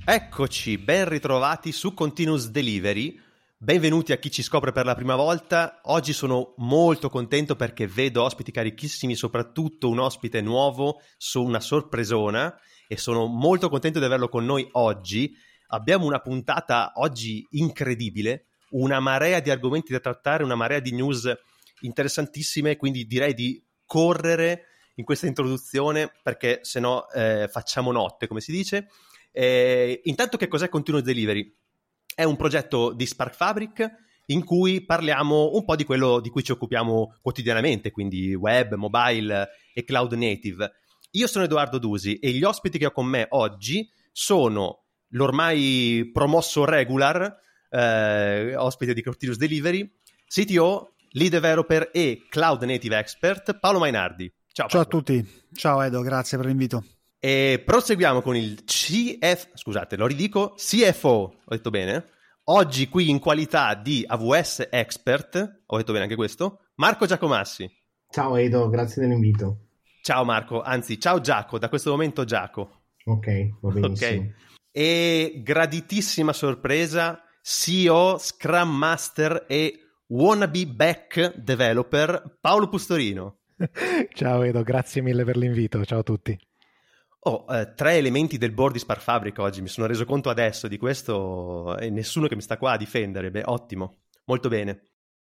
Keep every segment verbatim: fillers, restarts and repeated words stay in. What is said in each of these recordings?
Eccoci, ben ritrovati su Continuous Delivery. Benvenuti a chi ci scopre per la prima volta. Oggi sono molto contento perché vedo ospiti carichissimi, soprattutto un ospite nuovo su una sorpresona, e sono molto contento di averlo con noi oggi. Abbiamo una puntata oggi incredibile, una marea di argomenti da trattare, una marea di news interessantissime, quindi direi di correre in questa introduzione perché se no eh, facciamo notte, come si dice. Eh, intanto, che cos'è Continuous Delivery? È un progetto di Spark Fabric in cui parliamo un po' di quello di cui ci occupiamo quotidianamente, quindi web, mobile e cloud native. Io sono Edoardo Dusi e gli ospiti che ho con me oggi sono l'ormai promosso regular eh, ospite di Continuous Delivery, C T O, lead developer e cloud native expert, Paolo Mainardi. Ciao, Ciao a tutti, ciao Edo, grazie per l'invito. E proseguiamo con il C F, scusate, lo ridico, C F O, ho detto bene? Oggi qui in qualità di A W S Expert, ho detto bene anche questo, Marco Giacomassi. Ciao Edo, grazie dell'invito. Ciao Marco, anzi ciao Giaco, da questo momento Giaco. Ok, va benissimo. Okay. E graditissima sorpresa, C E O, Scrum Master e wannabe back developer, Paolo Pustorino. Ciao Edo, grazie mille per l'invito, ciao a tutti. Oh, eh, tre elementi del board di Spark Fabric oggi, mi sono reso conto adesso di questo e nessuno che mi sta qua a difendere. Beh, ottimo, molto bene.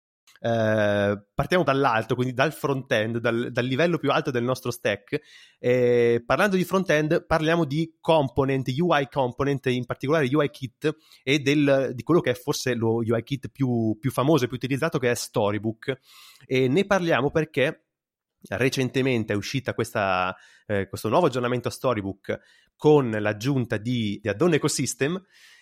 Eh, partiamo dall'alto, quindi dal front-end, dal, dal livello più alto del nostro stack. Eh, parlando di front-end, parliamo di component, U I component, in particolare U I Kit, e del, di quello che è forse lo U I Kit più, più famoso e più utilizzato, che è Storybook. E ne parliamo perché recentemente è uscita questa, eh, questo nuovo aggiornamento a Storybook con l'aggiunta di, di add-on ecosystem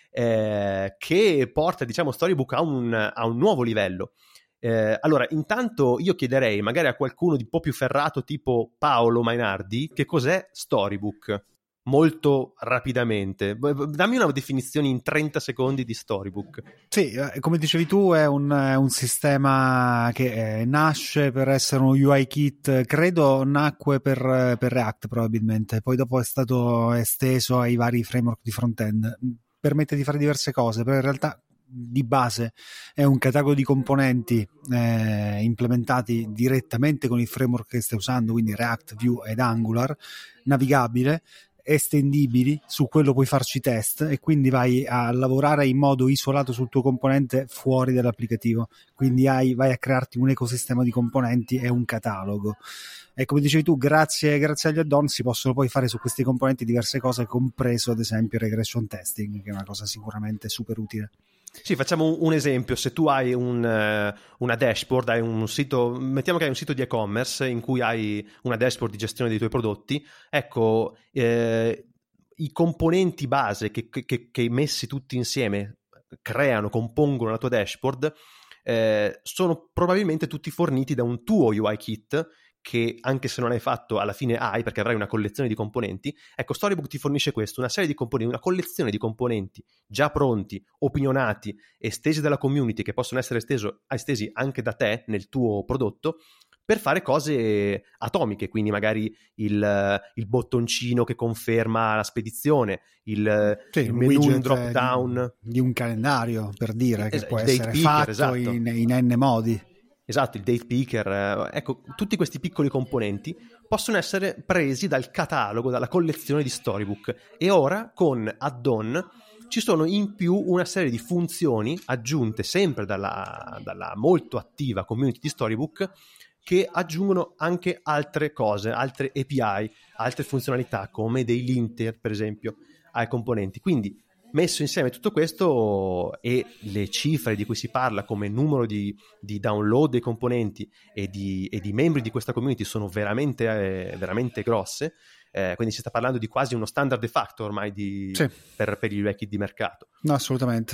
eh, che porta, diciamo, Storybook a un, a un nuovo livello. Eh, allora, intanto io chiederei magari a qualcuno di un po' più ferrato tipo Paolo Mainardi che cos'è Storybook, molto rapidamente. Dammi una definizione in trenta secondi di Storybook. Sì, come dicevi tu è un, è un sistema che eh, nasce per essere un U I kit, credo nacque per, per React probabilmente, poi dopo è stato esteso ai vari framework di front-end. Permette di fare diverse cose, però in realtà di base è un catalogo di componenti eh, implementati direttamente con il framework che stai usando, quindi React, Vue ed Angular, navigabile, estendibili, su quello puoi farci test e quindi vai a lavorare in modo isolato sul tuo componente fuori dall'applicativo, quindi hai, vai a crearti un ecosistema di componenti e un catalogo. E come dicevi tu, grazie, grazie agli add-on si possono poi fare su questi componenti diverse cose, compreso ad esempio regression testing, che è una cosa sicuramente super utile. Sì, facciamo un esempio. Se tu hai un, uh, una dashboard, hai un sito, mettiamo che hai un sito di e-commerce in cui hai una dashboard di gestione dei tuoi prodotti, ecco, eh, i componenti base che, che, che messi tutti insieme creano, compongono la tua dashboard, eh, sono probabilmente tutti forniti da un tuo U I kit che, anche se non hai fatto, alla fine hai, perché avrai una collezione di componenti. Ecco, Storybook ti fornisce questo, una serie di componenti, una collezione di componenti già pronti, opinionati, estesi dalla community, che possono essere esteso, estesi anche da te nel tuo prodotto, per fare cose atomiche, quindi magari il, il bottoncino che conferma la spedizione, il, sì, il menu in drop down. Di, di un calendario, per dire, che es- può date essere picker, fatto esatto. in, in N modi. Esatto, il date picker, ecco, tutti questi piccoli componenti possono essere presi dal catalogo, dalla collezione di Storybook, e ora con add-on ci sono in più una serie di funzioni aggiunte sempre dalla, dalla molto attiva community di Storybook, che aggiungono anche altre cose, altre A P I, altre funzionalità come dei linter, per esempio, ai componenti. Quindi, messo insieme tutto questo e le cifre di cui si parla come numero di, di download dei componenti e di, e di membri di questa community sono veramente, eh, veramente grosse, eh, quindi si sta parlando di quasi uno standard de facto ormai di, sì. per, per i U I kit di mercato. No, assolutamente.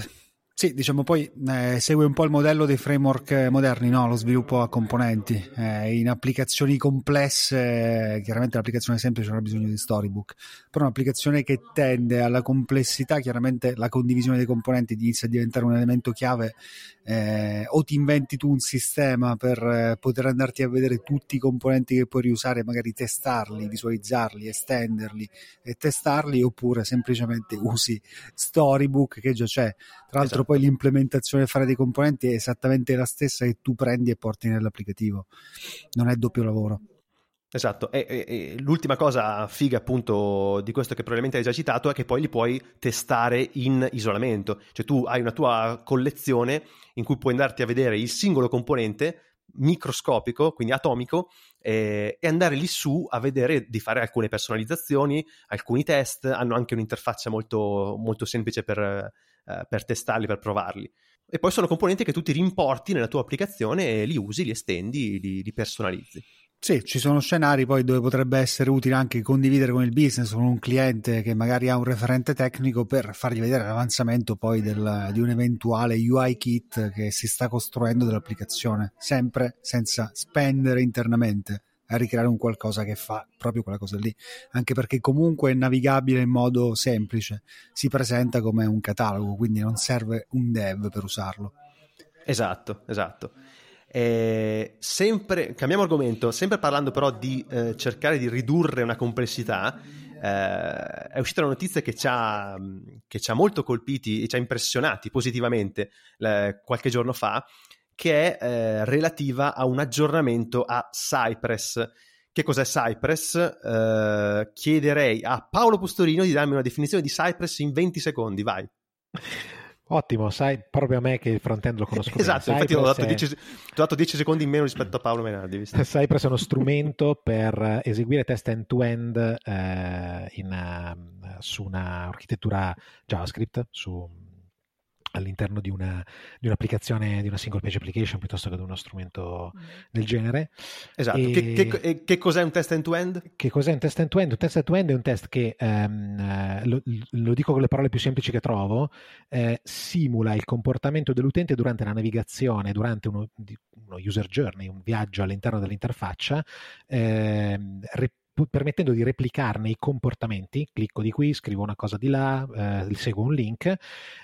Sì, diciamo poi eh, segue un po' il modello dei framework moderni, no? Lo sviluppo a componenti. Eh, in applicazioni complesse, eh, chiaramente l'applicazione semplice non ha bisogno di storybook, però un'applicazione che tende alla complessità, chiaramente la condivisione dei componenti inizia a diventare un elemento chiave. Eh, o ti inventi tu un sistema per eh, poter andarti a vedere tutti i componenti che puoi riusare, magari testarli, visualizzarli, estenderli e testarli, oppure semplicemente usi Storybook che già c'è. Tra l'altro, esatto. Poi l'implementazione fare dei componenti è esattamente la stessa che tu prendi e porti nell'applicativo, non è doppio lavoro. Esatto, e, e, e l'ultima cosa figa appunto di questo che probabilmente hai già citato è che poi li puoi testare in isolamento, cioè tu hai una tua collezione in cui puoi andarti a vedere il singolo componente microscopico, quindi atomico, eh, e andare lì su a vedere di fare alcune personalizzazioni, alcuni test, hanno anche un'interfaccia molto, molto semplice per, eh, per testarli, per provarli. E poi sono componenti che tu ti rimporti nella tua applicazione e li usi, li estendi, li, li personalizzi. Sì, ci sono scenari poi dove potrebbe essere utile anche condividere con il business, con un cliente che magari ha un referente tecnico, per fargli vedere l'avanzamento poi del, di un eventuale U I kit che si sta costruendo dell'applicazione, sempre senza spendere internamente a ricreare un qualcosa che fa proprio quella cosa lì, anche perché comunque è navigabile in modo semplice, si presenta come un catalogo, quindi non serve un dev per usarlo. Esatto, esatto. Eh, sempre cambiamo argomento, sempre parlando però di eh, cercare di ridurre una complessità. Eh, è uscita una notizia che ci ha, che ci ha molto colpiti e ci ha impressionati positivamente eh, qualche giorno fa, che è eh, relativa a un aggiornamento a Cypress. Che cos'è Cypress? Eh, chiederei a Paolo Pustorino di darmi una definizione di Cypress in venti secondi, vai. Ottimo, sai, proprio a me che il front-end lo conosco bene. Esatto, infatti ho dato, è... dieci, ho dato dieci secondi in meno rispetto a Paolo Menardi. Visto? Cypress è uno strumento per eseguire test end-to-end eh, in, uh, su un'architettura JavaScript, su... all'interno di, una, di un'applicazione, di una single page application piuttosto che di uno strumento del genere. Esatto. E che, che, che cos'è un test end-to-end? Che cos'è un test end-to-end? Un test end-to-end è un test che, um, lo, lo dico con le parole più semplici che trovo, eh, simula il comportamento dell'utente durante la navigazione, durante uno, uno user journey, un viaggio all'interno dell'interfaccia, eh, rep- permettendo di replicarne i comportamenti. Clicco di qui, scrivo una cosa di là, eh, seguo un link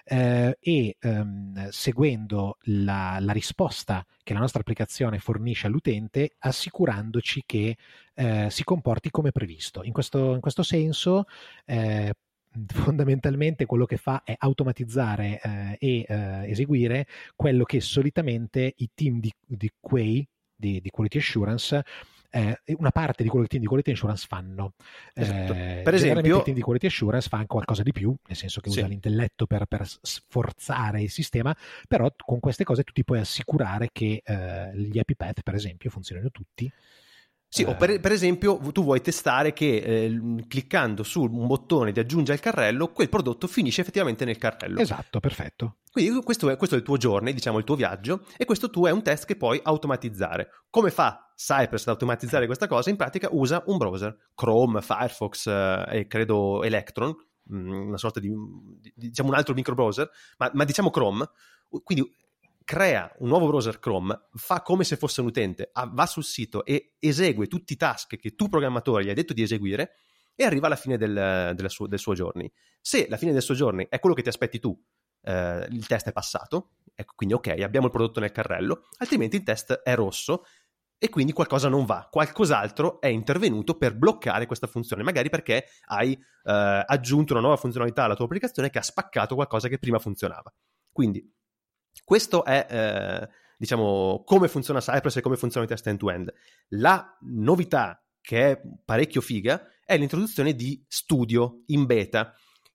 eh, e ehm, seguendo la, la risposta che la nostra applicazione fornisce all'utente, assicurandoci che eh, si comporti come previsto. In questo, in questo senso eh, fondamentalmente quello che fa è automatizzare eh, e eh, eseguire quello che solitamente i team di, di Q A, di, di Quality Assurance, Eh, una parte di quello che i team di Quality Assurance fanno. Esatto. Eh, per esempio, il team di Quality Assurance fa anche qualcosa di più, nel senso che sì. usa l'intelletto per, per sforzare il sistema, però con queste cose tu ti puoi assicurare che eh, gli happy path, per esempio, funzionino tutti. Sì, eh. o per, per esempio tu vuoi testare che eh, cliccando su un bottone di aggiungi al carrello, quel prodotto finisce effettivamente nel carrello. Esatto, perfetto. Quindi questo è, questo è il tuo journey, diciamo il tuo viaggio, e questo tu è un test che puoi automatizzare. Come fa Cypress ad automatizzare questa cosa? In pratica usa un browser, Chrome, Firefox eh, e credo Electron, mh, una sorta di, di diciamo un altro micro browser, ma, ma diciamo Chrome. Quindi crea un nuovo browser Chrome, fa come se fosse un utente, va sul sito e esegue tutti i task che tu programmatore gli hai detto di eseguire e arriva alla fine del, del, suo, del suo journey. Se la fine del suo journey è quello che ti aspetti tu, eh, il test è passato, ecco, quindi ok, abbiamo il prodotto nel carrello, altrimenti il test è rosso e quindi qualcosa non va, qualcos'altro è intervenuto per bloccare questa funzione, magari perché hai eh, aggiunto una nuova funzionalità alla tua applicazione che ha spaccato qualcosa che prima funzionava. Quindi questo è, eh, diciamo, come funziona Cypress e come funzionano i test end-to-end. La novità che è parecchio figa è l'introduzione di Studio in beta.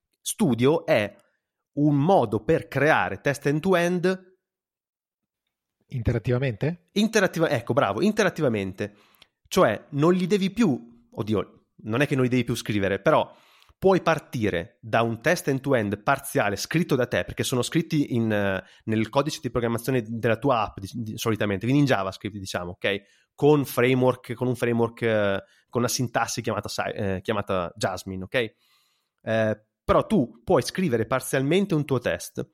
Studio è un modo per creare test end-to-end interattivamente? Interattiva, ecco, bravo, interattivamente. Cioè, non li devi più, oddio, non è che non li devi più scrivere, però puoi partire da un test end-to-end parziale scritto da te, perché sono scritti in, uh, nel codice di programmazione della tua app, di, di, solitamente, quindi in JavaScript, diciamo, ok? Con framework, con un framework, uh, con una sintassi chiamata, uh, chiamata Jasmine, ok? Uh, però tu puoi scrivere parzialmente un tuo test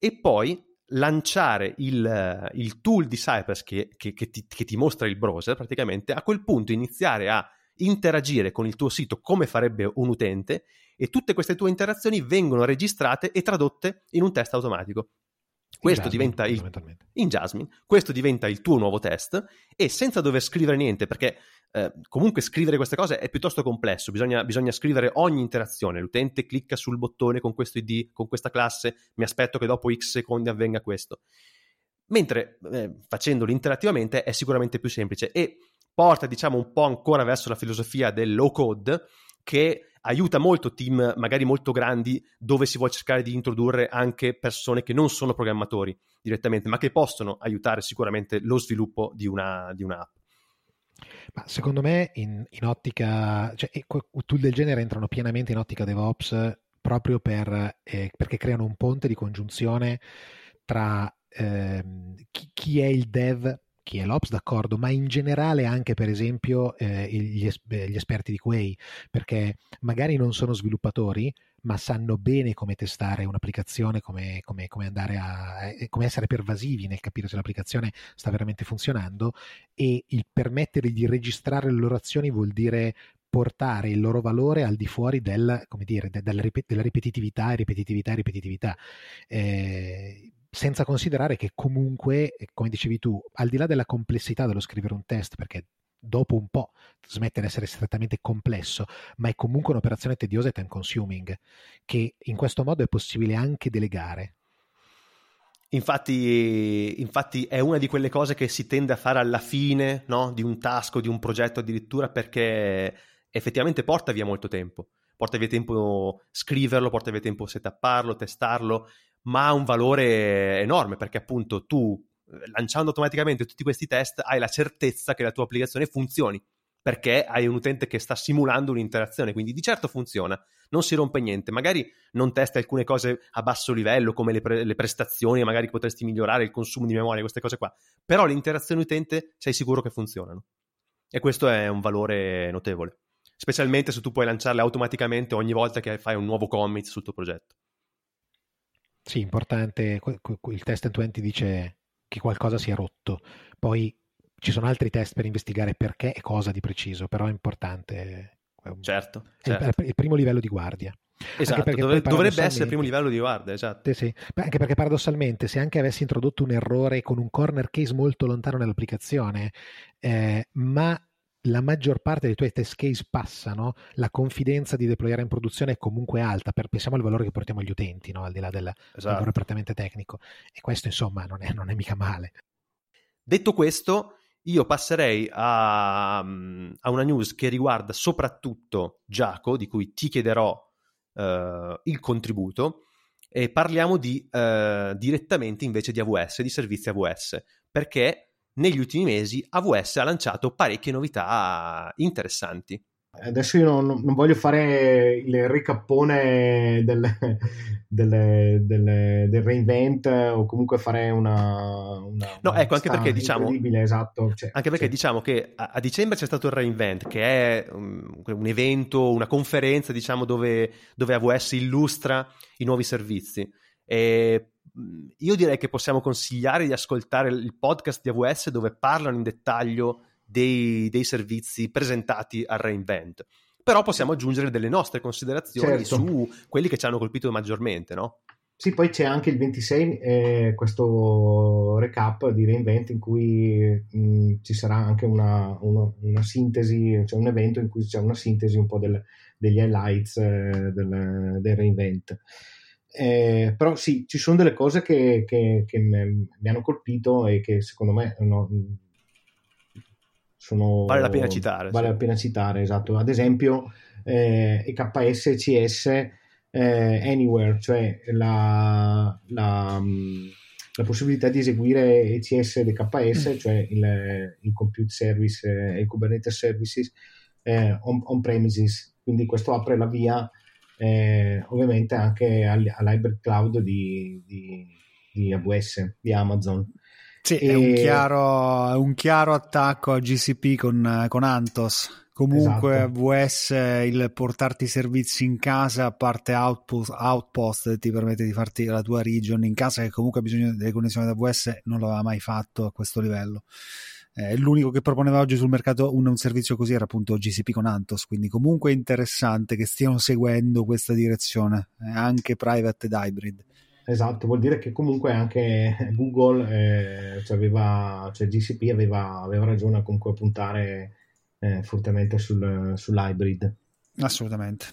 e poi lanciare il, il tool di Cypress che, che, che, ti, che ti mostra il browser, praticamente a quel punto iniziare a interagire con il tuo sito come farebbe un utente, e tutte queste tue interazioni vengono registrate e tradotte in un test automatico. Questo Jasmine, diventa il, in Jasmine, questo diventa il tuo nuovo test, e senza dover scrivere niente, perché eh, comunque scrivere queste cose è piuttosto complesso, bisogna, bisogna scrivere ogni interazione, l'utente clicca sul bottone con questo I D, con questa classe, mi aspetto che dopo X secondi avvenga questo, mentre eh, facendolo interattivamente è sicuramente più semplice e porta, diciamo, un po' ancora verso la filosofia del low code, che aiuta molto team magari molto grandi dove si vuole cercare di introdurre anche persone che non sono programmatori direttamente, ma che possono aiutare sicuramente lo sviluppo di una, di un'app. Ma secondo me in, in ottica, cioè tool del genere entrano pienamente in ottica DevOps proprio per, eh, perché creano un ponte di congiunzione tra ehm, chi, chi è il dev, chi è l'Ops, d'accordo, ma in generale anche per esempio eh, gli, es- gli esperti di Q A, perché magari non sono sviluppatori, ma sanno bene come testare un'applicazione, come, come, come andare a eh, come essere pervasivi nel capire se l'applicazione sta veramente funzionando, e il permettere di registrare le loro azioni vuol dire portare il loro valore al di fuori del, come dire, de- della, ripet- della ripetitività e ripetitività e ripetitività. Eh, senza considerare che comunque, come dicevi tu, al di là della complessità dello scrivere un test, perché dopo un po' smette di essere strettamente complesso, ma è comunque un'operazione tediosa e time consuming, che in questo modo è possibile anche delegare. Infatti, infatti è una di quelle cose che si tende a fare alla fine, no? Di un task o di un progetto addirittura, perché effettivamente porta via molto tempo. Porta via tempo scriverlo, porta via tempo setupparlo, testarlo, ma ha un valore enorme, perché appunto tu, lanciando automaticamente tutti questi test, hai la certezza che la tua applicazione funzioni, perché hai un utente che sta simulando un'interazione, quindi di certo funziona, non si rompe niente, magari non testa alcune cose a basso livello come le, pre- le prestazioni, magari potresti migliorare il consumo di memoria, queste cose qua, però le interazioni utente sei sicuro che funzionano, e questo è un valore notevole, specialmente se tu puoi lanciarle automaticamente ogni volta che fai un nuovo commit sul tuo progetto. Sì, importante, il test end-to-end ti dice che qualcosa si è rotto, poi ci sono altri test per investigare perché e cosa di preciso, però è importante. Certo, è certo. Il, il primo livello di guardia. Esatto, dov- dovrebbe essere il primo livello di guardia, esatto. Sì, sì. Beh, anche perché paradossalmente, se anche avessi introdotto un errore con un corner case molto lontano nell'applicazione, eh, ma la maggior parte dei tuoi test case passano, la confidenza di deployare in produzione è comunque alta, per, pensiamo al valore che portiamo agli utenti, no? Al di là del, esatto. del valore prettamente tecnico, e questo insomma non è, non è mica male. Detto questo, io passerei a, a una news che riguarda soprattutto Giaco, di cui ti chiederò uh, il contributo, e parliamo di, uh, direttamente invece di A W S, di servizi A W S, perché negli ultimi mesi A W S ha lanciato parecchie novità interessanti. Adesso io non, non voglio fare il ricappone del, del, del, del reinvent, o comunque fare una, una no una ecco anche perché diciamo esatto, cioè, anche perché cioè. diciamo che a, a dicembre c'è stato il reinvent, che è um, un evento, una conferenza, diciamo, dove, dove A W S illustra i nuovi servizi, e io direi che possiamo consigliare di ascoltare il podcast di A W S dove parlano in dettaglio dei, dei servizi presentati al reinvent, però possiamo aggiungere delle nostre considerazioni, certo, su quelli che ci hanno colpito maggiormente, no? Sì, poi c'è anche il ventisei, eh, questo recap di reinvent in cui mh, ci sarà anche una, una, una sintesi, cioè un evento in cui c'è una sintesi un po' del, degli highlights eh, del, del reinvent. Eh, però sì, ci sono delle cose che, che, che mi, mi hanno colpito e che secondo me no, sono, vale la pena citare. Vale sì. la pena citare, esatto. Ad esempio eh, E K S e C S eh, Anywhere, cioè la, la, la possibilità di eseguire E C S ed E K S, mm. cioè il, il Compute Service e il Kubernetes Services eh, on, on premises. Quindi questo apre la via Eh, ovviamente anche all'hybrid cloud di, di, di A W S, di Amazon. Sì, e... è un chiaro, un chiaro attacco a G C P con, con Anthos, Comunque Esatto. A W S, il portarti i servizi in casa, a parte Outpost, Outpost ti permette di farti la tua region in casa, che comunque ha bisogno delle connessioni ad A W S, non l'aveva mai fatto a questo livello. Eh, l'unico che proponeva oggi sul mercato un, un servizio così era appunto G C P con Anthos, quindi comunque è interessante che stiano seguendo questa direzione, eh, anche private ed hybrid. Esatto, vuol dire che comunque anche Google, eh, cioè aveva, cioè G C P aveva, aveva ragione a comunque puntare eh, fortemente sul, sull'hybrid. Assolutamente.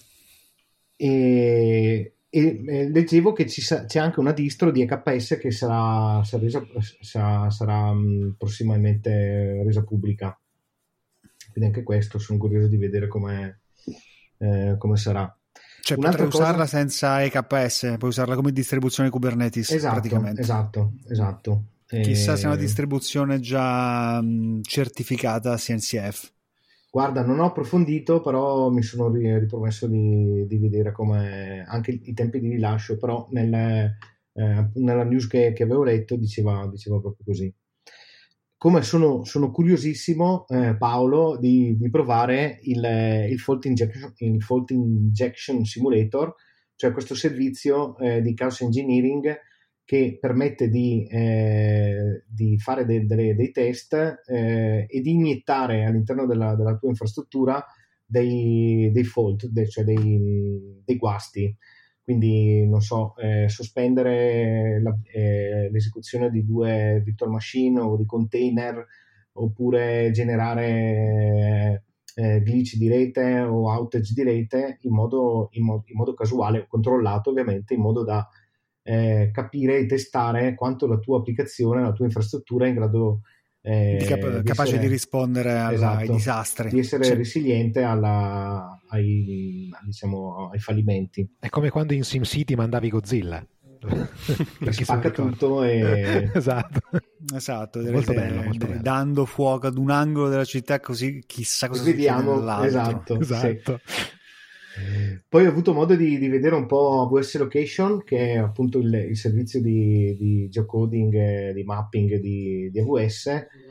E, e eh, leggevo che ci sa, c'è anche una distro di E K S che sarà, sarà, resa, sarà, sarà mh, prossimamente resa pubblica, quindi anche questo sono curioso di vedere come eh, come sarà. Cioè Un'altra potrei usarla cosa... senza E K S, puoi usarla come distribuzione Kubernetes, esatto, praticamente. Esatto, esatto. Chissà e... se è una distribuzione già mh, certificata C N C F. Guarda, non ho approfondito, però mi sono ripromesso di, di vedere come anche i tempi di rilascio, però nel, eh, nella news che, che avevo letto diceva, diceva proprio così. Come sono, sono curiosissimo, eh, Paolo, di, di provare il, il, fault injection, il Fault Injection Simulator, cioè questo servizio eh, di chaos engineering che permette di, eh, di fare de, de, dei test eh, e di iniettare all'interno della, della tua infrastruttura dei, dei fault, de, cioè dei, dei guasti. Quindi, non so, eh, sospendere la, eh, l'esecuzione di due virtual machine o di container, oppure generare eh, glitch di rete o outage di rete in modo, in, mo- in modo casuale, controllato ovviamente, in modo da Eh, capire e testare quanto la tua applicazione, la tua infrastruttura è in grado eh, di cap- di capace essere, di rispondere alla, esatto, ai disastri, di essere sì. resiliente alla, ai, diciamo, ai fallimenti. È come quando in SimCity mandavi Godzilla. Spacca tutto e... esatto, esatto, molto bello, molto bello. Dando fuoco ad un angolo della città, così chissà cosa vediamo, succede nell'altro. esatto, esatto. Sì. Poi ho avuto modo di, di vedere un po' A W S Location, che è appunto il, il servizio di, di geocoding e di mapping di, di A W S,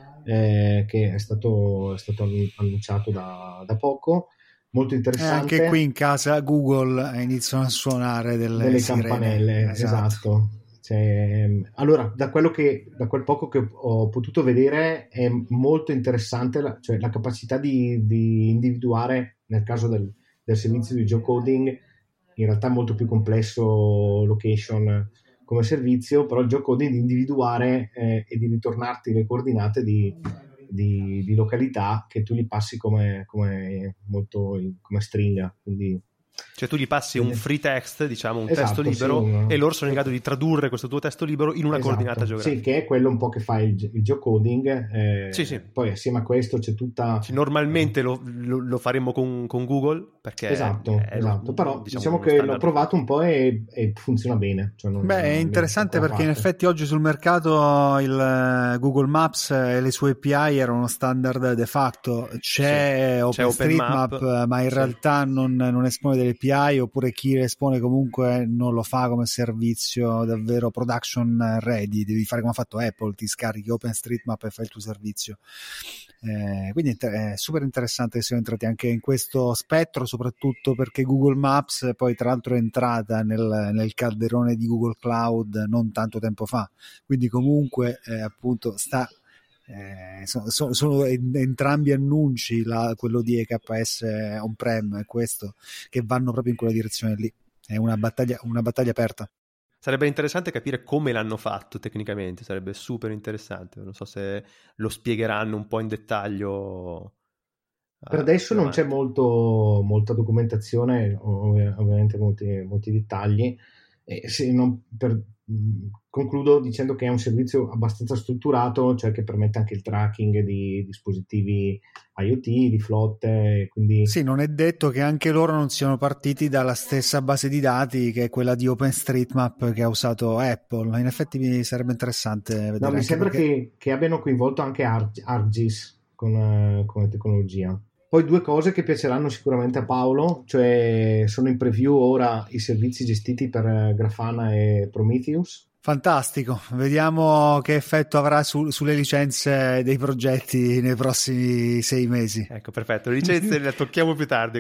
eh, che è stato, è stato annunciato da, da poco, molto interessante. E anche qui in casa Google iniziano a suonare delle, delle sirene. campanelle, esatto, esatto. Cioè, allora, da quello che da quel poco che ho potuto vedere è molto interessante la, cioè, la capacità di, di individuare, nel caso del del servizio di geocoding, in realtà è molto più complesso location come servizio, però il geocoding di individuare eh, e di ritornarti le coordinate di, di, di località che tu gli passi come, come, molto, come stringa, quindi cioè tu gli passi un free text, diciamo un esatto, testo libero, sì, e loro sono in grado di tradurre questo tuo testo libero in una esatto, coordinata geografica. Sì, che è quello un po' che fa il, il geocoding. Eh, sì, sì. Poi assieme a questo c'è tutta... Sì, normalmente lo, lo, lo faremmo con, con Google, perché esatto, è esatto. Lo, però diciamo, diciamo che l'ho provato un po' e, e funziona bene. Cioè non, Beh, è interessante perché parte. in effetti oggi sul mercato il Google Maps e le sue A P I erano standard de facto. C'è, sì, OpenStreetMap, Open ma in sì. realtà non, non espone delle A P I, oppure chi le espone comunque non lo fa come servizio davvero production ready. Devi fare come ha fatto Apple, ti scarichi OpenStreetMap e fai il tuo servizio. Eh, quindi è super interessante che siano entrati anche in questo spettro, soprattutto perché Google Maps poi tra l'altro è entrata nel, nel calderone di Google Cloud non tanto tempo fa, quindi comunque eh, appunto sta eh, sono, sono, sono entrambi annunci, la, quello di E K S on-prem e questo, che vanno proprio in quella direzione lì. È una battaglia, una battaglia aperta. Sarebbe interessante capire come l'hanno fatto tecnicamente, sarebbe super interessante. Non so se lo spiegheranno un po' in dettaglio. Per adesso non c'è molto, molta documentazione, ov- ovviamente molti, molti dettagli. E se non, per, mh, concludo dicendo che è un servizio abbastanza strutturato, cioè che permette anche il tracking di dispositivi IoT, di flotte, quindi... Sì, non è detto che anche loro non siano partiti dalla stessa base di dati che è quella di OpenStreetMap che ha usato Apple. In effetti mi sarebbe interessante vedere. No, mi sembra perché... che, che abbiano coinvolto anche Arg- Argis con, come tecnologia. Poi due cose che piaceranno sicuramente a Paolo, cioè sono in preview ora i servizi gestiti per Grafana e Prometheus, Fantastico, vediamo che effetto avrà su, sulle licenze dei progetti nei prossimi sei mesi. Ecco, perfetto, le licenze le tocchiamo più tardi.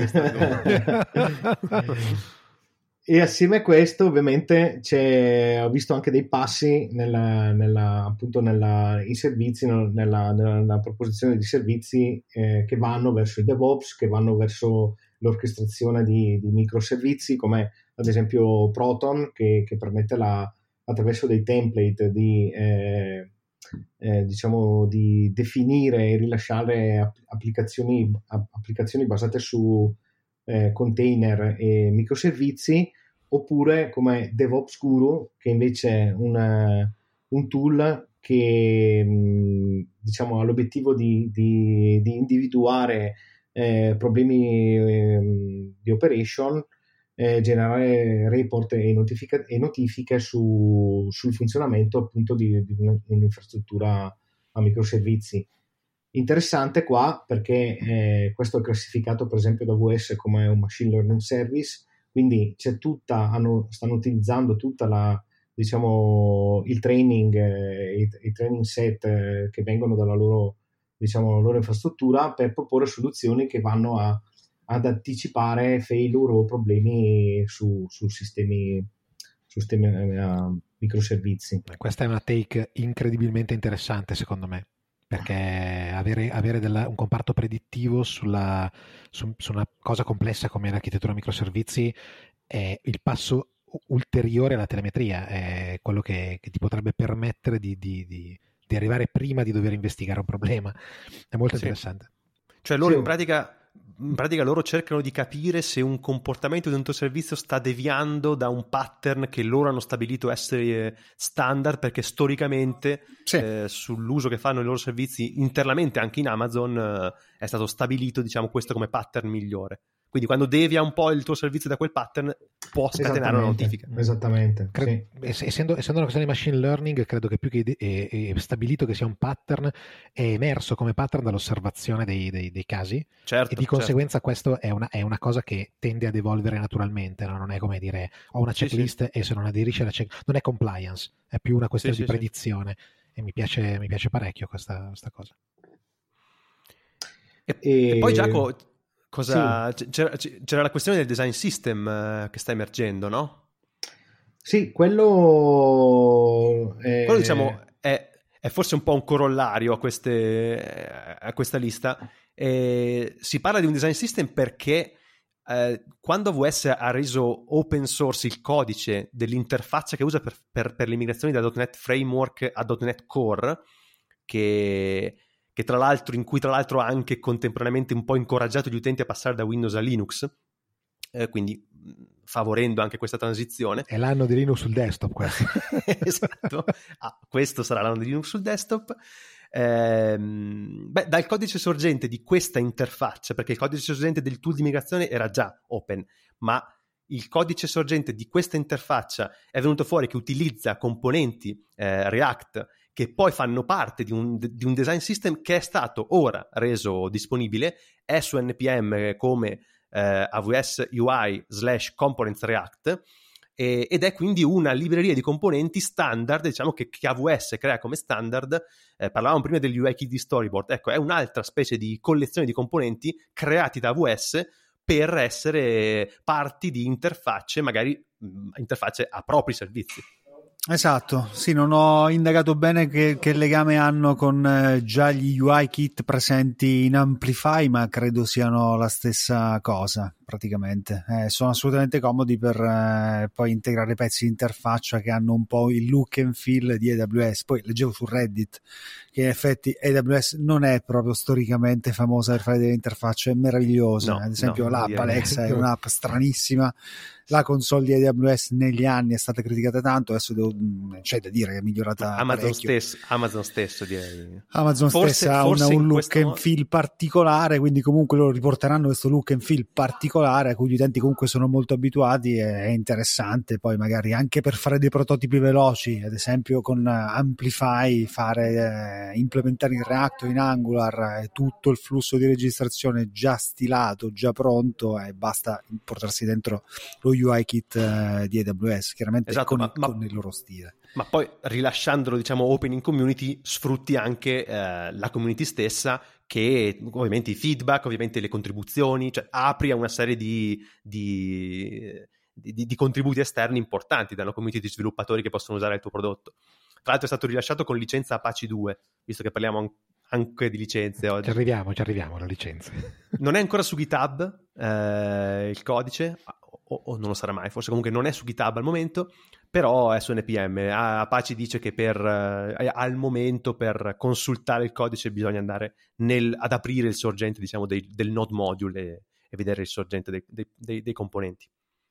E assieme a questo ovviamente c'è, ho visto anche dei passi nella, nella, appunto nella, in servizi, nella, nella proposizione di servizi eh, che vanno verso il DevOps, che vanno verso l'orchestrazione di, di microservizi, come ad esempio Proton, che, che permette la attraverso dei template di, eh, eh, diciamo, di definire e rilasciare applicazioni, applicazioni basate su eh, container e microservizi, oppure come DevOps Guru, che invece è un, un tool che mh, diciamo, ha l'obiettivo di, di, di individuare eh, problemi eh, di operation, Eh, generare report e, notifica- e notifiche su, sul funzionamento appunto di, di un'infrastruttura a microservizi. Interessante qua perché eh, questo è classificato per esempio da A W S come un machine learning service, quindi c'è tutta, hanno, stanno utilizzando tutta la, diciamo, il training, eh, i, i training set eh, che vengono dalla loro, diciamo, loro infrastruttura per proporre soluzioni che vanno a ad anticipare failure o problemi su, su sistemi, su sistemi uh, microservizi. Questa è una take incredibilmente interessante secondo me, perché avere, avere della, un comparto predittivo sulla, su, su una cosa complessa come l'architettura microservizi è il passo ulteriore alla telemetria, è quello che, che ti potrebbe permettere di, di, di, di arrivare prima di dover investigare un problema. È molto sì. interessante. Cioè loro sì. in pratica in pratica loro cercano di capire se un comportamento di un tuo servizio sta deviando da un pattern che loro hanno stabilito essere standard, perché storicamente sì. eh, sull'uso che fanno i loro servizi internamente anche in Amazon eh, è stato stabilito, diciamo, questo come pattern migliore. Quindi quando devia un po' il tuo servizio da quel pattern può scatenare una notifica. Esattamente. Credo, sì. essendo, essendo una questione di machine learning, credo che più che è, è stabilito che sia un pattern, è emerso come pattern dall'osservazione dei, dei, dei casi, certo, e di conseguenza certo. questo è una, è una cosa che tende ad evolvere naturalmente, no? Non è come dire ho una checklist sì, sì. e se non aderisce alla checklist, non è compliance, è più una questione sì, di sì, predizione sì. E mi piace, mi piace parecchio questa, questa cosa. E, e... e poi Giacomo, cosa sì. c'era, c'era la questione del design system uh, che sta emergendo, no? Sì, quello è... quello diciamo è, è forse un po' un corollario a, queste, a questa lista. E si parla di un design system perché eh, quando A W S ha reso open source il codice dell'interfaccia che usa per, per, per le migrazioni da .dot net Framework a .dot net Core, che che tra l'altro, in cui tra l'altro ha anche contemporaneamente un po' incoraggiato gli utenti a passare da Windows a Linux, eh, quindi favorendo anche questa transizione. È l'anno di Linux sul desktop questo. Esatto, ah, questo sarà l'anno di Linux sul desktop. Eh, beh, dal codice sorgente di questa interfaccia, perché il codice sorgente del tool di migrazione era già open, ma il codice sorgente di questa interfaccia è venuto fuori che utilizza componenti eh, React che poi fanno parte di un, di un design system che è stato ora reso disponibile, è su N P M come eh, A W S U I slash components React, e, ed è quindi una libreria di componenti standard, diciamo, che, che A W S crea come standard. Eh, parlavamo prima degli U I kit di storyboard, ecco, è un'altra specie di collezione di componenti creati da A W S per essere parti di interfacce, magari mh, interfacce a propri servizi. Esatto, sì, non ho indagato bene che, che legame hanno con eh, già gli U I kit presenti in Amplify, ma credo siano la stessa cosa praticamente. Eh, sono assolutamente comodi per eh, poi integrare pezzi di interfaccia che hanno un po' il look and feel di A W S. Poi leggevo su Reddit che in effetti A W S non è proprio storicamente famosa per fare delle interfacce meravigliose. No, ad esempio no, l'app Alexa è un'app stranissima. La console di A W S negli anni è stata criticata tanto, adesso devo, c'è da dire che è migliorata Amazon parecchio. stesso, Amazon stesso direi. Amazon forse, stessa ha una, un look questo... and feel particolare, quindi comunque loro riporteranno questo look and feel particolare particolare a cui gli utenti comunque sono molto abituati, è interessante poi magari anche per fare dei prototipi veloci, ad esempio con Amplify fare eh, implementare in React o in Angular eh, tutto il flusso di registrazione già stilato, già pronto, e basta portarsi dentro lo U I kit eh, di A W S, chiaramente esatto, con, ma, con ma... il loro stile. Ma poi rilasciandolo, diciamo, open in community, sfrutti anche eh, la community stessa, che ovviamente i feedback, ovviamente le contribuzioni, cioè apri a una serie di, di, di, di contributi esterni importanti dalla community di sviluppatori che possono usare il tuo prodotto. Tra l'altro è stato rilasciato con licenza Apache due, visto che parliamo anche di licenze oggi. Ci arriviamo, ci arriviamo alle licenze. Non è ancora su GitHub eh, il codice, o, o non lo sarà mai, forse comunque non è su GitHub al momento, però è su N P M. Apache dice che per eh, al momento per consultare il codice bisogna andare nel, ad aprire il sorgente, diciamo, dei, del node module e, e vedere il sorgente dei, dei, dei, dei componenti.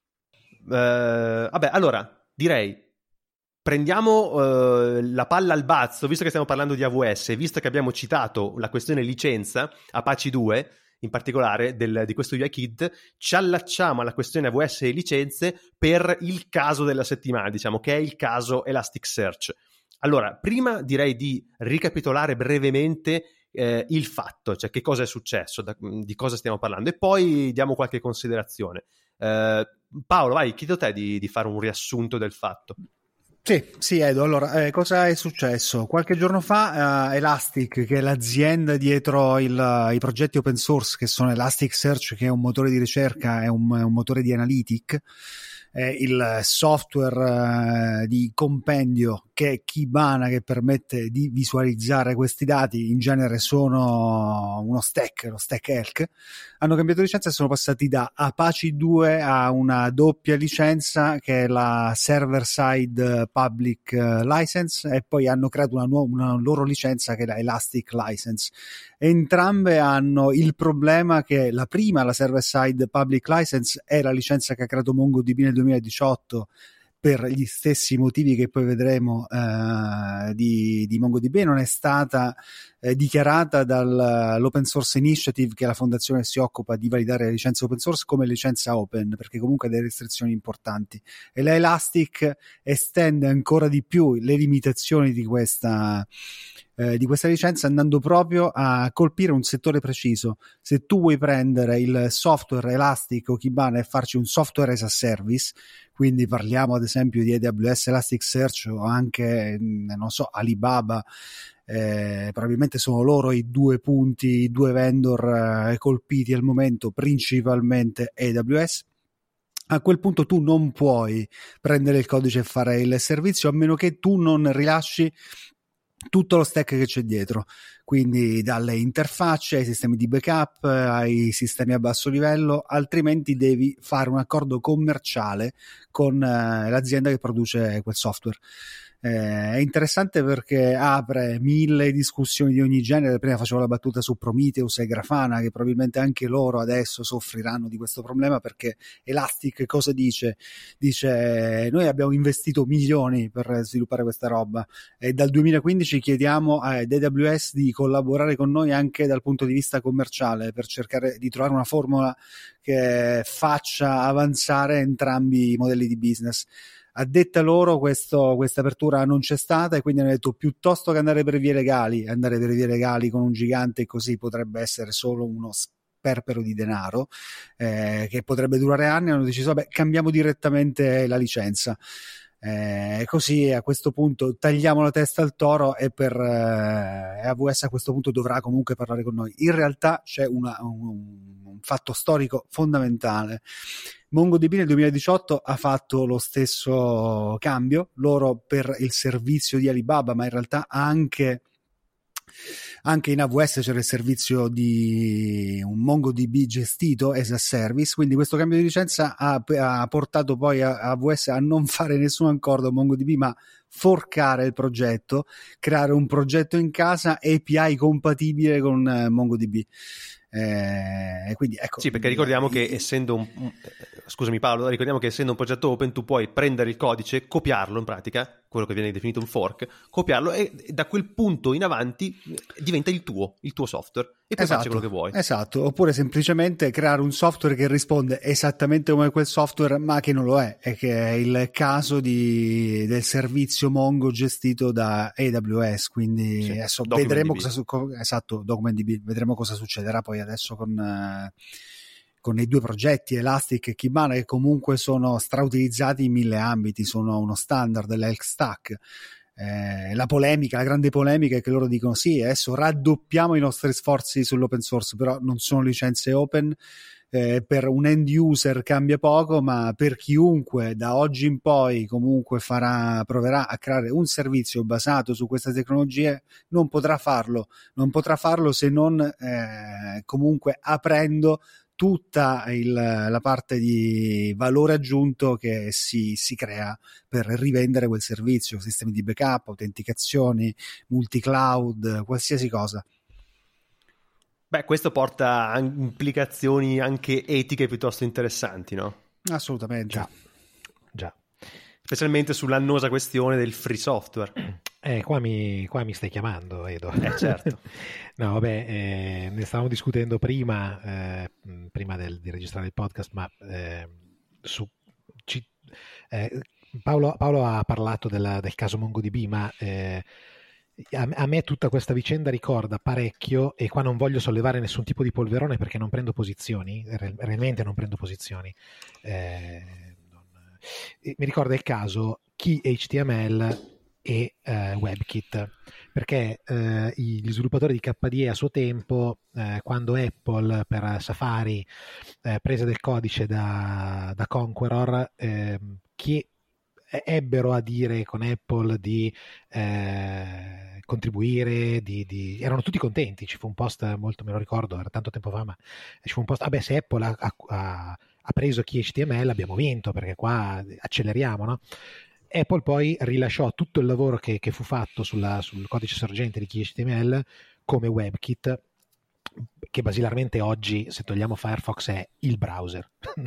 Uh, vabbè, allora direi prendiamo uh, la palla al balzo, visto che stiamo parlando di A W S, visto che abbiamo citato la questione licenza Apache due in particolare del, di questo U I Kit, ci allacciamo alla questione A W S e licenze per il caso della settimana, diciamo, che è il caso Elasticsearch. Allora, prima direi di ricapitolare brevemente eh, il fatto, cioè che cosa è successo, da, di cosa stiamo parlando, e poi diamo qualche considerazione. Eh, Paolo, vai, chiedo a te di, di fare un riassunto del fatto. Sì, sì Edo, allora eh, cosa è successo? Qualche giorno fa eh, Elastic, che è l'azienda dietro il, i progetti open source che sono Elasticsearch, che è un motore di ricerca, è un, un motore di analytic, è il software eh, di compendio che è Kibana, che permette di visualizzare questi dati, in genere sono uno stack, lo stack Elk, hanno cambiato licenza e sono passati da Apache due a una doppia licenza che è la Server Side Public License, e poi hanno creato una, nuova, una loro licenza che è la Elastic License. Entrambe hanno il problema che la prima, la Server Side Public License, è la licenza che ha creato MongoDB nel duemiladiciotto per gli stessi motivi che poi vedremo eh, di, di MongoDB, non è stata eh, dichiarata dall'Open Source Initiative, che è la fondazione che si occupa di validare le licenze open source, come licenza open, perché comunque ha delle restrizioni importanti, e la Elastic estende ancora di più le limitazioni di questa Eh, di questa licenza, andando proprio a colpire un settore preciso. Se tu vuoi prendere il software Elastic o Kibana e farci un software as a service, quindi parliamo ad esempio di A W S Elasticsearch o anche, non so, Alibaba, eh, probabilmente sono loro i due punti, i due vendor eh, colpiti al momento, principalmente A W S. A quel punto tu non puoi prendere il codice e fare il servizio, a meno che tu non rilasci tutto lo stack che c'è dietro, quindi dalle interfacce ai sistemi di backup ai sistemi a basso livello, altrimenti devi fare un accordo commerciale con eh, l'azienda che produce quel software. Eh, è interessante perché apre mille discussioni di ogni genere. Prima facevo la battuta su Prometheus e Grafana, che probabilmente anche loro adesso soffriranno di questo problema, perché Elastic cosa dice? Dice: noi abbiamo investito milioni per sviluppare questa roba e dal duemilaquindici chiediamo ad A W S di collaborare con noi anche dal punto di vista commerciale, per cercare di trovare una formula che faccia avanzare entrambi i modelli di business. A detta loro questa apertura non c'è stata, e quindi hanno detto: piuttosto che andare per vie legali, andare per vie legali con un gigante così potrebbe essere solo uno sperpero di denaro eh, che potrebbe durare anni, hanno deciso vabbè, cambiamo direttamente la licenza. Eh, così a questo punto tagliamo la testa al toro, e per eh, A W S a questo punto dovrà comunque parlare con noi. In realtà c'è una, un, un fatto storico fondamentale. MongoDB nel duemiladiciotto ha fatto lo stesso cambio, loro per il servizio di Alibaba, ma in realtà anche anche in A W S c'era il servizio di un MongoDB gestito as a service, quindi questo cambio di licenza ha, ha portato poi a, a A W S a non fare nessun accordo con MongoDB, ma forcare il progetto, creare un progetto in casa A P I compatibile con uh, MongoDB. Eh, quindi ecco, sì, perché ricordiamo che essendo un, un scusami Paolo, ricordiamo che essendo un progetto open tu puoi prendere il codice, copiarlo in pratica, quello che viene definito un fork, copiarlo, e da quel punto in avanti diventa il tuo, il tuo software, e poi esatto, facci quello che vuoi. Esatto, oppure semplicemente creare un software che risponde esattamente come quel software, ma che non lo è, e che è il caso di, del servizio Mongo gestito da A W S. Quindi sì, adesso vedremo cosa, su, esatto, DocumentDB, vedremo cosa succederà poi adesso con, eh, con i due progetti Elastic e Kibana, che comunque sono strautilizzati in mille ambiti, sono uno standard dell'Elk Stack. Eh, la polemica, la grande polemica è che loro dicono sì, adesso raddoppiamo i nostri sforzi sull'open source, però non sono licenze open, eh, per un end user cambia poco, ma per chiunque da oggi in poi comunque farà, proverà a creare un servizio basato su queste tecnologie non potrà farlo, non potrà farlo se non eh, comunque aprendo tutta il, la parte di valore aggiunto che si, si crea per rivendere quel servizio, sistemi di backup, autenticazioni, multi-cloud, qualsiasi cosa. Beh, questo porta a implicazioni anche etiche piuttosto interessanti, no? Assolutamente. Già, già. Specialmente sull'annosa questione del free software. Eh, qua mi, qua mi stai chiamando, Edo. Eh, certo. No, vabbè, eh, ne stavamo discutendo prima, eh, prima del, di registrare il podcast, ma eh, su, ci, eh, Paolo, Paolo ha parlato della, del caso MongoDB, ma eh, a, a me tutta questa vicenda ricorda parecchio, e qua non voglio sollevare nessun tipo di polverone perché non prendo posizioni, re, realmente non prendo posizioni. Eh, non, mi ricorda il caso Key H T M L e eh, WebKit, perché eh, gli sviluppatori di K D E a suo tempo, eh, quando Apple per Safari eh, prese del codice da, da Conqueror, eh, che ebbero a dire con Apple di eh, contribuire, di, di... erano tutti contenti, ci fu un post molto, me lo ricordo, era tanto tempo fa, ma ci fu un post, vabbè, se Apple ha, ha, ha preso Key H T M L abbiamo vinto, perché qua acceleriamo, no? Apple poi rilasciò tutto il lavoro che, che fu fatto sulla, sul codice sorgente di Key H T M L come WebKit, che basilarmente oggi, se togliamo Firefox, è il browser.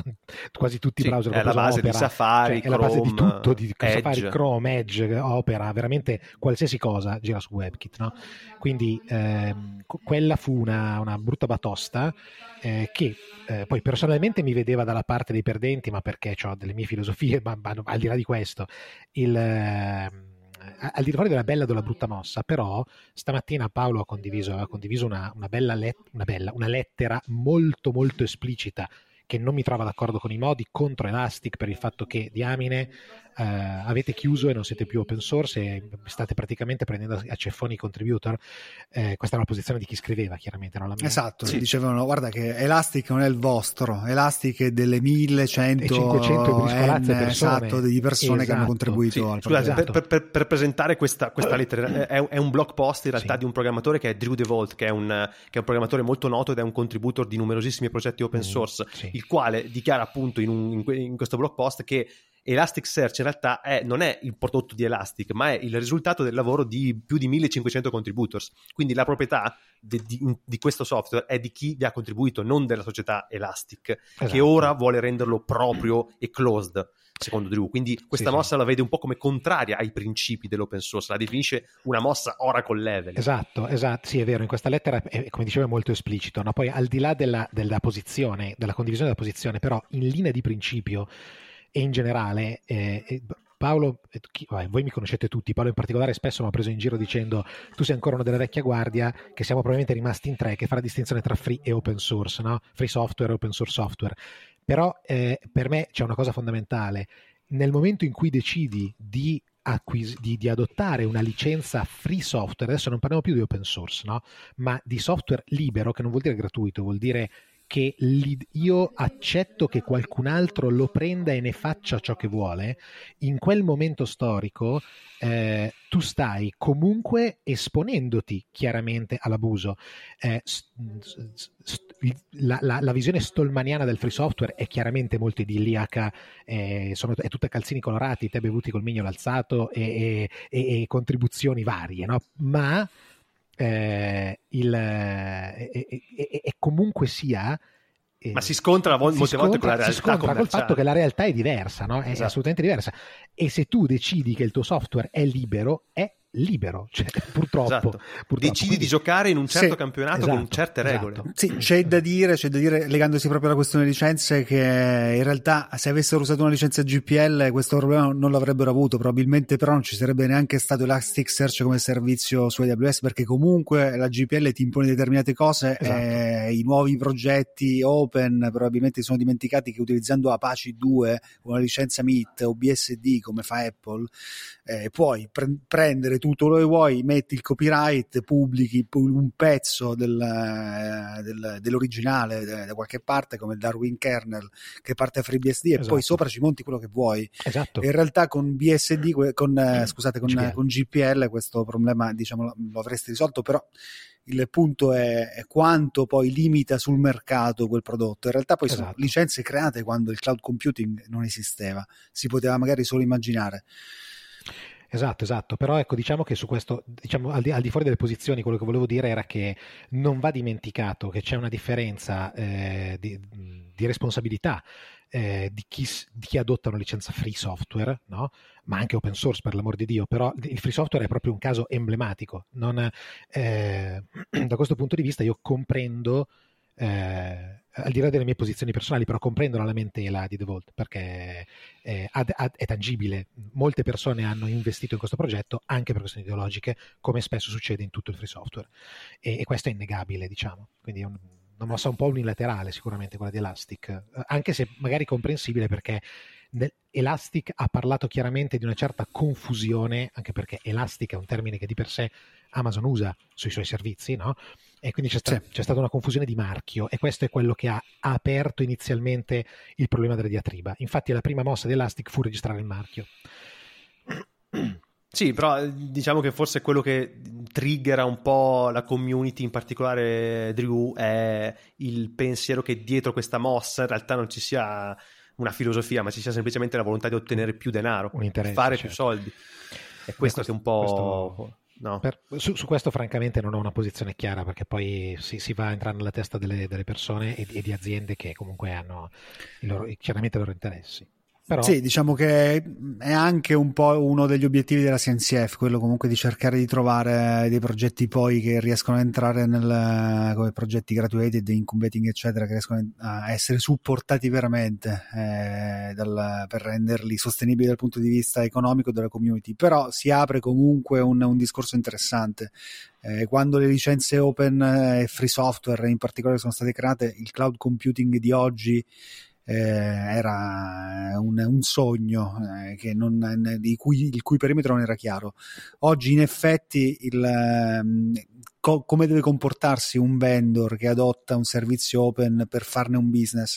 Quasi tutti sì, i browser è la base Opera, di Safari, cioè, è la base Chrome, di tutto, di Edge. Safari, Chrome, Edge, Opera, veramente qualsiasi cosa gira su WebKit, no? Quindi ehm, quella fu una, una brutta batosta, eh, che eh, poi personalmente mi vedeva dalla parte dei perdenti, ma perché ho delle mie filosofie, ma, ma al di là di questo, il... Eh, al di fuori della bella e della brutta mossa, però stamattina Paolo ha condiviso, ha condiviso una, una, bella let- una bella una lettera molto molto esplicita, che non mi trova d'accordo con i modi, contro Elastic, per il fatto che diamine eh, avete chiuso e non siete più open source e state praticamente prendendo a ceffoni i contributor. Eh, questa è una posizione di chi scriveva, chiaramente, non la mia. Esatto, sì. Dicevano guarda che Elastic non è il vostro, Elastic è delle millecento e cinquecento persone, esatto, di persone esatto. che hanno contribuito sì. al Scusate, progetto. per, per, per presentare questa, questa lettera, è, è un blog post in realtà, sì, di un programmatore che è Drew DeVault, che è, un, che è un programmatore molto noto ed è un contributor di numerosissimi progetti open source, mm, sì. il quale dichiara appunto in, un, in questo blog post che Elasticsearch in realtà è, non è il prodotto di Elastic, ma è il risultato del lavoro di più di millecinquecento contributors. Quindi la proprietà di, di, di questo software è di chi vi ha contribuito, non della società Elastic, esatto, che ora vuole renderlo proprio e closed, secondo Drew. Quindi questa sì, mossa sì. la vede un po' come contraria ai principi dell'open source, la definisce una mossa Oracle level. Esatto, esatto, sì, è vero, in questa lettera è, come dicevo, è molto esplicito, no? Poi al di là della, della posizione, della condivisione della posizione, però in linea di principio e in generale, eh, Paolo, chi, vabbè, voi mi conoscete tutti, Paolo in particolare spesso mi ha preso in giro dicendo tu sei ancora uno della vecchia guardia, che siamo probabilmente rimasti in tre, che fa la distinzione tra free e open source, no? Free software e open source software. Però eh, per me c'è una cosa fondamentale: nel momento in cui decidi di, acquis- di, di adottare una licenza free software, adesso non parliamo più di open source, no? Ma di software libero, che non vuol dire gratuito, vuol dire che io accetto che qualcun altro lo prenda e ne faccia ciò che vuole, in quel momento storico eh, tu stai comunque esponendoti chiaramente all'abuso. Eh, st- st- la, la, la visione stallmaniana del free software è chiaramente molto idilliaca, eh, sono, è tutta calzini colorati, te bevuti col mignolo alzato e, e, e, e contribuzioni varie, no? Ma Eh, il, eh, e, e, e comunque sia eh, ma si scontra molte si volte scontra, con la realtà si scontra col fatto che la realtà è diversa, no? È esatto. assolutamente diversa, e se tu decidi che il tuo software è libero, è libero, cioè, purtroppo, esatto. purtroppo. Decidi Quindi, di giocare in un certo sì, campionato esatto, con certe regole. esatto. Sì, c'è da dire, c'è da dire, legandosi proprio alla questione licenze, che in realtà se avessero usato una licenza G P L questo problema non l'avrebbero avuto, probabilmente, però non ci sarebbe neanche stato Elasticsearch come servizio su A W S, perché comunque la G P L ti impone determinate cose, Esatto. e i nuovi progetti open probabilmente si sono dimenticati che utilizzando Apache due, una licenza M I T o B S D come fa Apple, eh, puoi pre- prendere tutto quello che vuoi, metti il copyright, pubblichi un pezzo del, del, dell'originale da qualche parte come il Darwin kernel che parte da FreeBSD, e esatto. poi sopra ci monti quello che vuoi. Esatto. E in realtà con B S D, con, eh, scusate, con G P L. con G P L questo problema, diciamo, lo avresti risolto, però il punto è, è quanto poi limita sul mercato quel prodotto. In realtà poi Esatto. sono licenze create quando il cloud computing non esisteva, si poteva magari solo immaginare. Esatto, esatto, però ecco, diciamo che su questo, diciamo, al di, al di fuori delle posizioni, quello che volevo dire era che non va dimenticato che c'è una differenza eh, di, di responsabilità eh, di, chi, di chi adotta una licenza free software, no? Ma anche open source, per l'amor di Dio, però il free software è proprio un caso emblematico. Non, eh, da questo punto di vista io comprendo, eh, al di là delle mie posizioni personali, però comprendo la lamentela di DeVault, perché eh, ad, ad, è tangibile. Molte persone hanno investito in questo progetto anche per questioni ideologiche, come spesso succede in tutto il free software, e, e questo è innegabile, diciamo. Quindi è un, una mossa un po' unilaterale sicuramente quella di Elastic, anche se magari comprensibile, perché Elastic ha parlato chiaramente di una certa confusione, anche perché Elastic è un termine che di per sé Amazon usa sui suoi servizi, no? E quindi c'è, sta- sì. c'è stata una confusione di marchio, e questo è quello che ha aperto inizialmente il problema della diatriba. Infatti la prima mossa di Elastic fu registrare il marchio. Sì, però diciamo che forse quello che triggera un po' la community, in particolare Drew, è il pensiero che dietro questa mossa in realtà non ci sia una filosofia, ma ci sia semplicemente la volontà di ottenere più denaro, un interesse, fare certo. più soldi. E questo, questo è un po'... Questo... No. Per, su, su questo francamente non ho una posizione chiara, perché poi si, si va a entrare nella testa delle, delle persone e, e di aziende che comunque hanno i loro, chiaramente i loro interessi. Però... Sì, diciamo che è anche un po' uno degli obiettivi della C N C F, quello comunque di cercare di trovare dei progetti poi che riescono a entrare nel, come progetti graduated, incubating eccetera, che riescono a essere supportati veramente eh, dal, per renderli sostenibili dal punto di vista economico della community. Però si apre comunque un, un discorso interessante. Eh, quando le licenze open e free software in particolare sono state create, il cloud computing di oggi Eh, era un, un sogno eh, che non, di cui, il cui perimetro non era chiaro. Oggi in effetti il, eh, co- come deve comportarsi un vendor che adotta un servizio open per farne un business?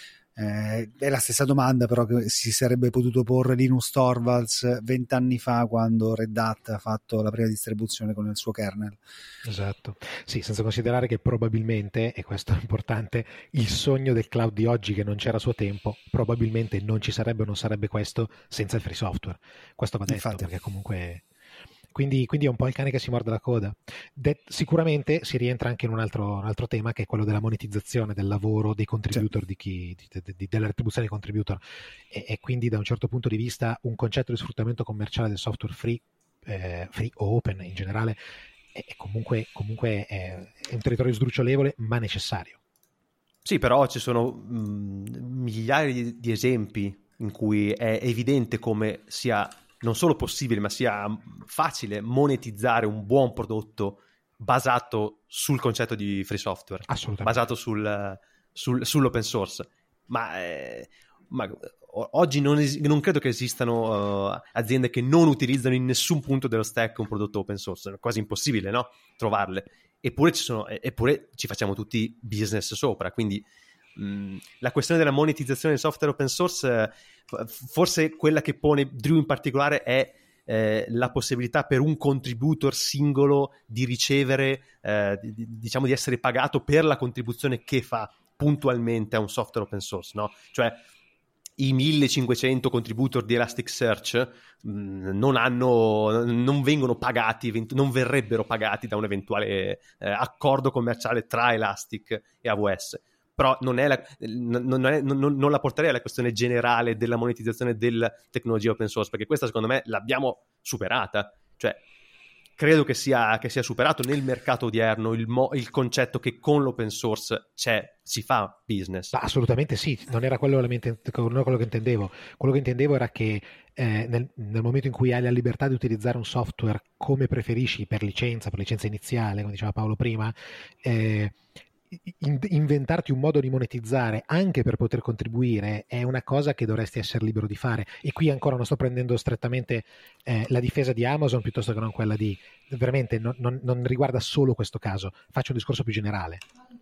Eh, è la stessa domanda però che si sarebbe potuto porre Linus Torvalds vent'anni fa, quando Red Hat ha fatto la prima distribuzione con il suo kernel. Esatto, sì, senza considerare che probabilmente, e questo è importante, il sogno del cloud di oggi che non c'era a suo tempo, probabilmente non ci sarebbe o non sarebbe questo senza il free software. Questo va detto. Infatti. Perché comunque... Quindi, quindi è un po' il cane che si morde la coda. De- sicuramente si rientra anche in un altro, un altro tema, che è quello della monetizzazione del lavoro dei contributor, sì. di chi, di, di, di, della retribuzione dei contributor, e, e quindi da un certo punto di vista un concetto di sfruttamento commerciale del software free, eh, free o open in generale, è, è comunque, comunque è, è un territorio sdrucciolevole ma necessario. Sì, però ci sono mh, migliaia di, di esempi in cui è evidente come sia non solo possibile, ma sia facile monetizzare un buon prodotto basato sul concetto di free software, basato sul, sul, sull'open source. Ma, eh, ma oggi non, es- non credo che esistano uh, aziende che non utilizzano in nessun punto dello stack un prodotto open source. È quasi impossibile, no? Trovarle. Eppure ci sono, eppure ci facciamo tutti business sopra, quindi mh, la questione della monetizzazione del software open source, forse quella che pone Drew in particolare è eh, la possibilità per un contributor singolo di ricevere, eh, di, diciamo di essere pagato per la contribuzione che fa puntualmente a un software open source, no? Cioè i millecinquecento contributor di Elasticsearch mh, non hanno, non vengono pagati, non verrebbero pagati da un eventuale eh, accordo commerciale tra Elastic e A W S. Però non, è la, non, è, non, non la porterei alla questione generale della monetizzazione della tecnologia open source, perché questa secondo me l'abbiamo superata. Cioè credo che sia, che sia superato nel mercato odierno il, mo- il concetto che con l'open source c'è, si fa business. Ma assolutamente sì, non era quello, non era quello che intendevo. Quello che intendevo era che eh, nel, nel momento in cui hai la libertà di utilizzare un software come preferisci, per licenza, per licenza iniziale, come diceva Paolo prima, eh, in, inventarti un modo di monetizzare anche per poter contribuire è una cosa che dovresti essere libero di fare. E qui ancora non sto prendendo strettamente eh, la difesa di Amazon piuttosto che non quella di... Veramente non, non, non riguarda solo questo caso, faccio un discorso più generale.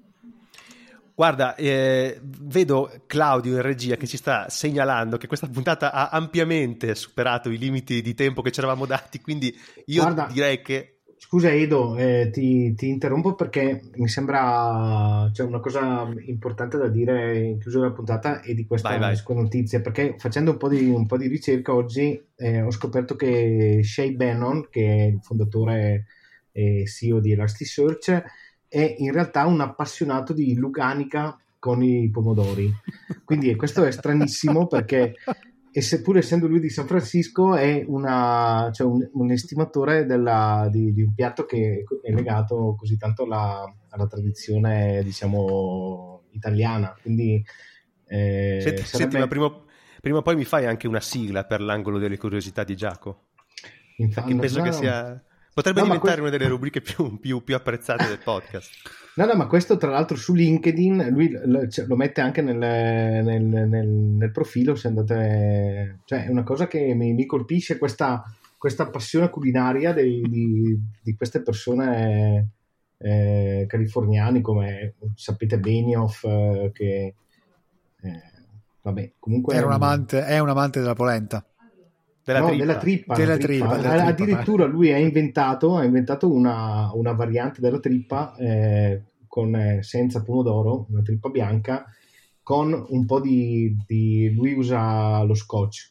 Guarda, eh, vedo Claudio in regia che ci sta segnalando che questa puntata ha ampiamente superato i limiti di tempo che ci eravamo dati, quindi io Guarda, direi che... Scusa Edo, eh, ti, ti interrompo perché mi sembra c'è una cosa importante da dire in chiusura della puntata e di questa vai, vai. notizia, perché facendo un po' di, un po' di ricerca oggi eh, ho scoperto che Shay Bannon, che è il fondatore e C E O di Elasticsearch, è in realtà un appassionato di Lucanica con i pomodori, quindi questo è stranissimo perché e seppur essendo lui di San Francisco è una, cioè un, un estimatore della, di, di un piatto che è legato così tanto alla, alla tradizione diciamo italiana, quindi eh, senti, sarebbe... senti ma prima, prima o poi mi fai anche una sigla per l'angolo delle curiosità di Giacomo, perché penso no, che sia... Potrebbe no, diventare que... una delle rubriche più, più, più apprezzate del podcast. No, no, ma questo tra l'altro su LinkedIn lui lo, cioè, lo mette anche nel, nel, nel, nel profilo, se andate... Cioè è una cosa che mi, mi colpisce, questa, questa passione culinaria dei, di, di queste persone eh, californiane, come sapete Benioff, eh, che... Eh, vabbè, comunque... Era un amante, è un amante della polenta. Della, no, trippa. della trippa, della trippa. trippa, della trippa addirittura beh. lui ha inventato, ha inventato una, una variante della trippa eh, con, eh, senza pomodoro, una trippa bianca con un po' di, di lui usa lo scotch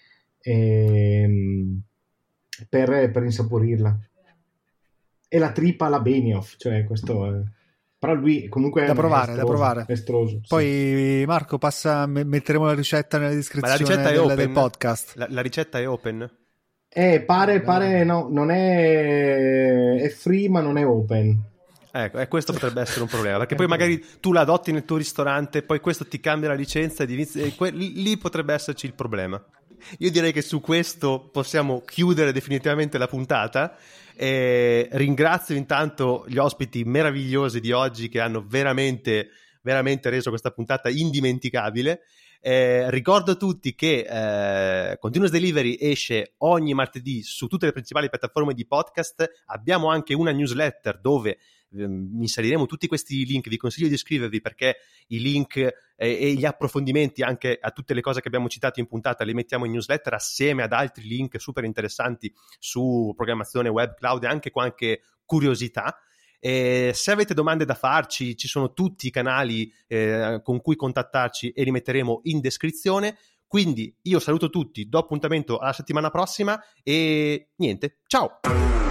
ehm, per, per insaporirla, e la trippa alla Benioff, cioè questo è... Però lui comunque da è provare, estroso, da provare. Estroso, poi sì. Marco passa, metteremo la ricetta nella descrizione la ricetta del, open? del podcast. La, la ricetta è open? Eh, pare, pare no, non è, è free ma non è open. Ecco, e questo potrebbe essere un problema, perché poi magari tu la adotti nel tuo ristorante, poi questo ti cambia la licenza e, inizi, e que- lì potrebbe esserci il problema. Io direi che su questo possiamo chiudere definitivamente la puntata. E ringrazio intanto gli ospiti meravigliosi di oggi che hanno veramente, veramente reso questa puntata indimenticabile. Eh, ricordo a tutti che eh, Continuous Delivery esce ogni martedì su tutte le principali piattaforme di podcast. Abbiamo anche una newsletter dove eh, inseriremo tutti questi link. Vi consiglio di iscrivervi perché i link eh, e gli approfondimenti anche a tutte le cose che abbiamo citato in puntata li mettiamo in newsletter assieme ad altri link super interessanti su programmazione web, cloud e anche qualche curiosità. E se avete domande da farci, ci sono tutti i canali eh, con cui contattarci e li metteremo in descrizione. Quindi io saluto tutti, do appuntamento alla settimana prossima e niente, ciao!